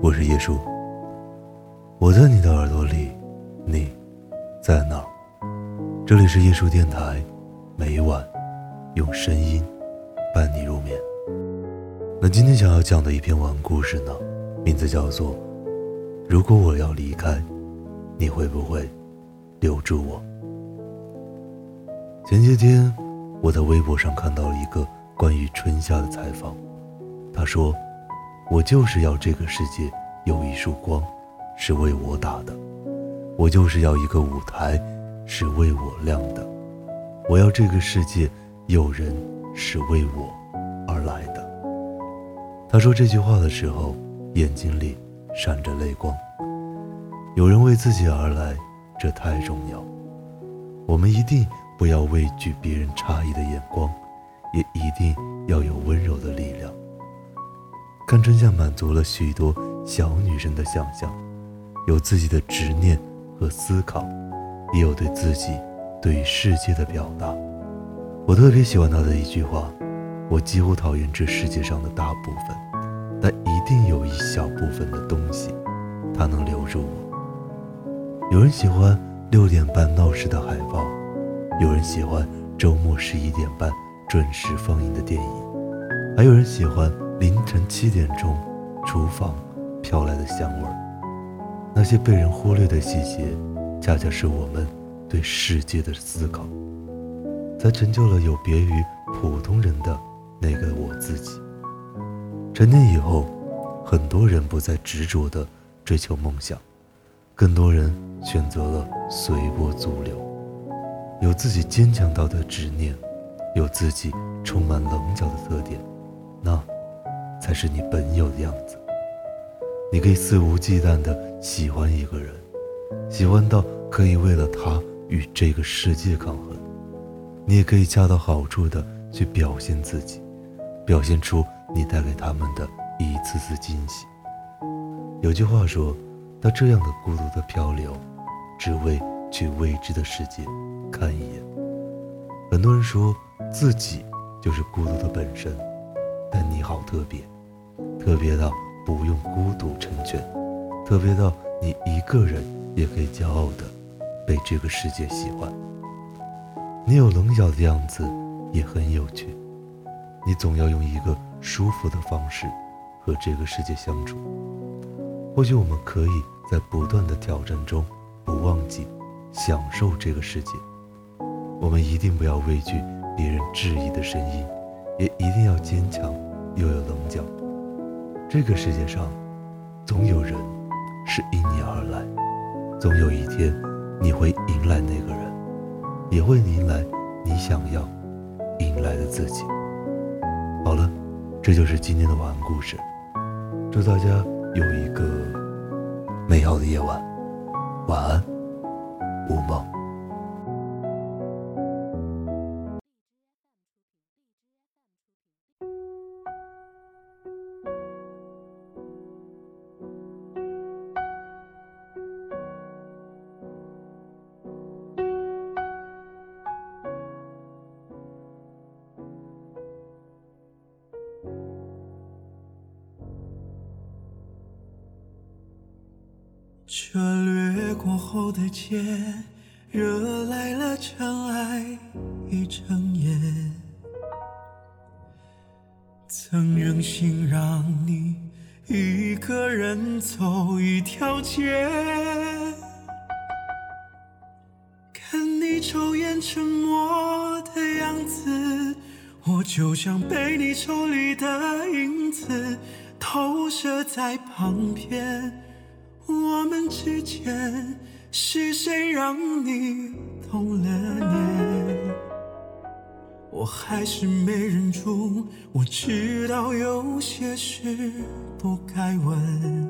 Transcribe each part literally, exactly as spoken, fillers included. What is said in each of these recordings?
我是叶叔，我在你的耳朵里，你在哪儿？这里是叶叔电台，每晚用声音伴你入眠。那今天想要讲的一篇晚安故事呢，名字叫做如果我要离开，你会不会留住我？前些天我在微博上看到了一个关于春夏的采访，他说，我就是要这个世界有一束光是为我打的，我就是要一个舞台是为我亮的，我要这个世界有人是为我而来的。他说这句话的时候，眼睛里闪着泪光。有人为自己而来，这太重要。我们一定不要畏惧别人诧异的眼光，也一定要有温柔的力量。看春夏满足了许多小女生的想象，有自己的执念和思考，也有对自己对于世界的表达。我特别喜欢他的一句话，我几乎讨厌这世界上的大部分，但一定有一小部分的东西它能留住我。有人喜欢六点半闹市的海报，有人喜欢周末十一点半准时放映的电影，还有人喜欢凌晨七点钟厨房飘来的香味。那些被人忽略的细节，恰恰是我们对世界的思考，才成就了有别于普通人的那个我自己。成年以后，很多人不再执着地追求梦想，更多人选择了随波逐流，有自己坚强到的执念，有自己充满棱角的特点，那才是你本有的样子。你可以肆无忌惮地喜欢一个人，喜欢到可以为了他与这个世界抗衡。你也可以恰到好处地去表现自己，表现出你带给他们的一次次惊喜。有句话说，他这样的孤独的漂流，只为去未知的世界看一眼。很多人说自己就是孤独的本身，但你好特别，特别到不用孤独成全，特别到你一个人也可以骄傲的被这个世界喜欢。你有棱角的样子也很有趣，你总要用一个舒服的方式和这个世界相处。或许我们可以在不断的挑战中不忘记享受这个世界。我们一定不要畏惧别人质疑的声音，也一定要坚强又有棱角。这个世界上总有人是因你而来，总有一天你会迎来那个人，也会迎来你想要迎来的自己。好了，这就是今天的晚安故事，祝大家有一个美好的夜晚，晚安，无梦。 这掠过后的街，惹来了尘埃一整夜。曾任性让你一个人走一条街，看你抽烟沉默的样子，我就像被你抽离的影子投射在旁边。我们之间是谁让你动了念？我还是没忍住，我知道有些事不该问。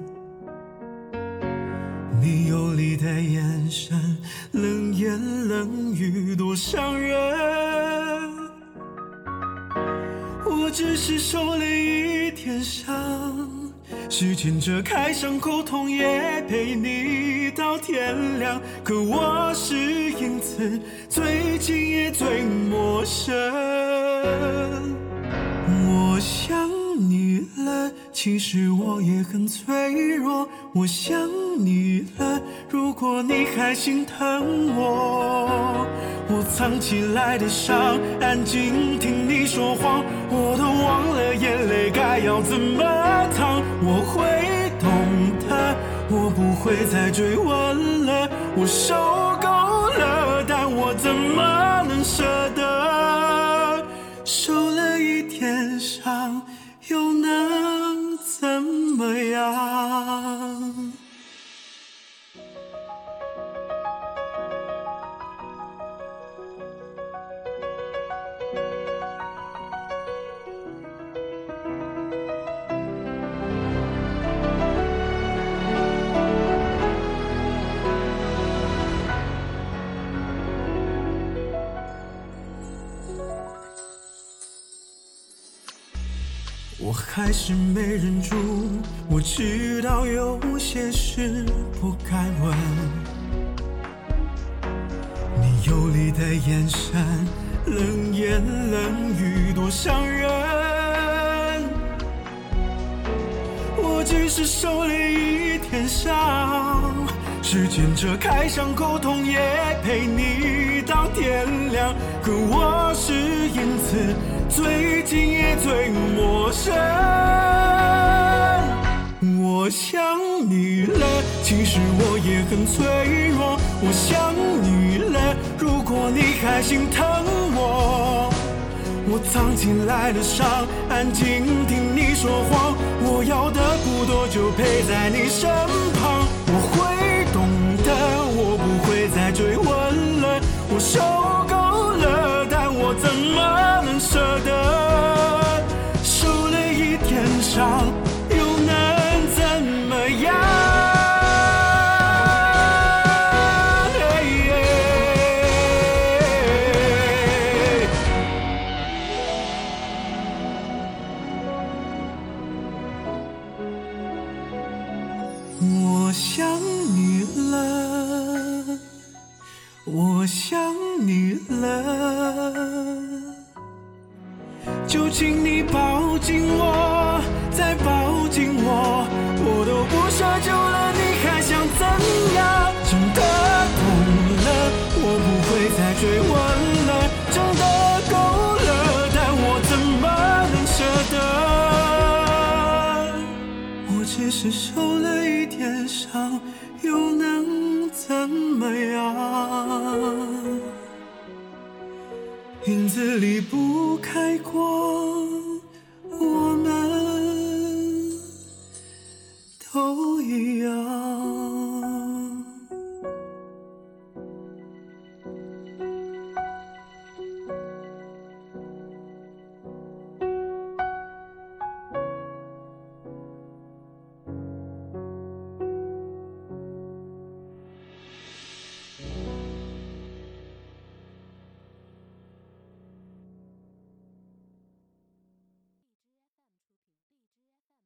你游离的眼神，冷言冷语多伤人。我只是受了一点伤，时间遮开伤口，痛也陪你到天亮。可我是因此最近也最陌生。我想你了， 其实我也很脆弱。我想你了，如果你还心疼我，我藏起来的伤，安静听你说谎，我都忘了眼泪该要怎么淌。我会懂得，我不会再追问了，我受够了，但我怎么能舍得？受了一点伤，又能怎么样？我还是没忍住，我知道有些事不该问。你游离的眼神，冷言冷语多伤人。我只是受了一点伤，时间遮开伤口，痛也陪你到天亮。可我是因此最近也最陌生。我想你了，其实我也很脆弱。我想你了，如果你还心疼我，我藏起来的伤，安静听你说谎。我要的不多，就陪在你身旁。我会懂得，我不会再追问了，我受够了，但我怎么能舍得？受了一点伤，又能怎么样？我想你了，我想你了，就请你抱紧我，再抱紧我，我都不奢求了，你还想怎样？真的懂了，我不会再追问了，真的够了，但我怎么能舍得？我只是受了一点伤，又能怎么样？影子离不开光，我们都一样。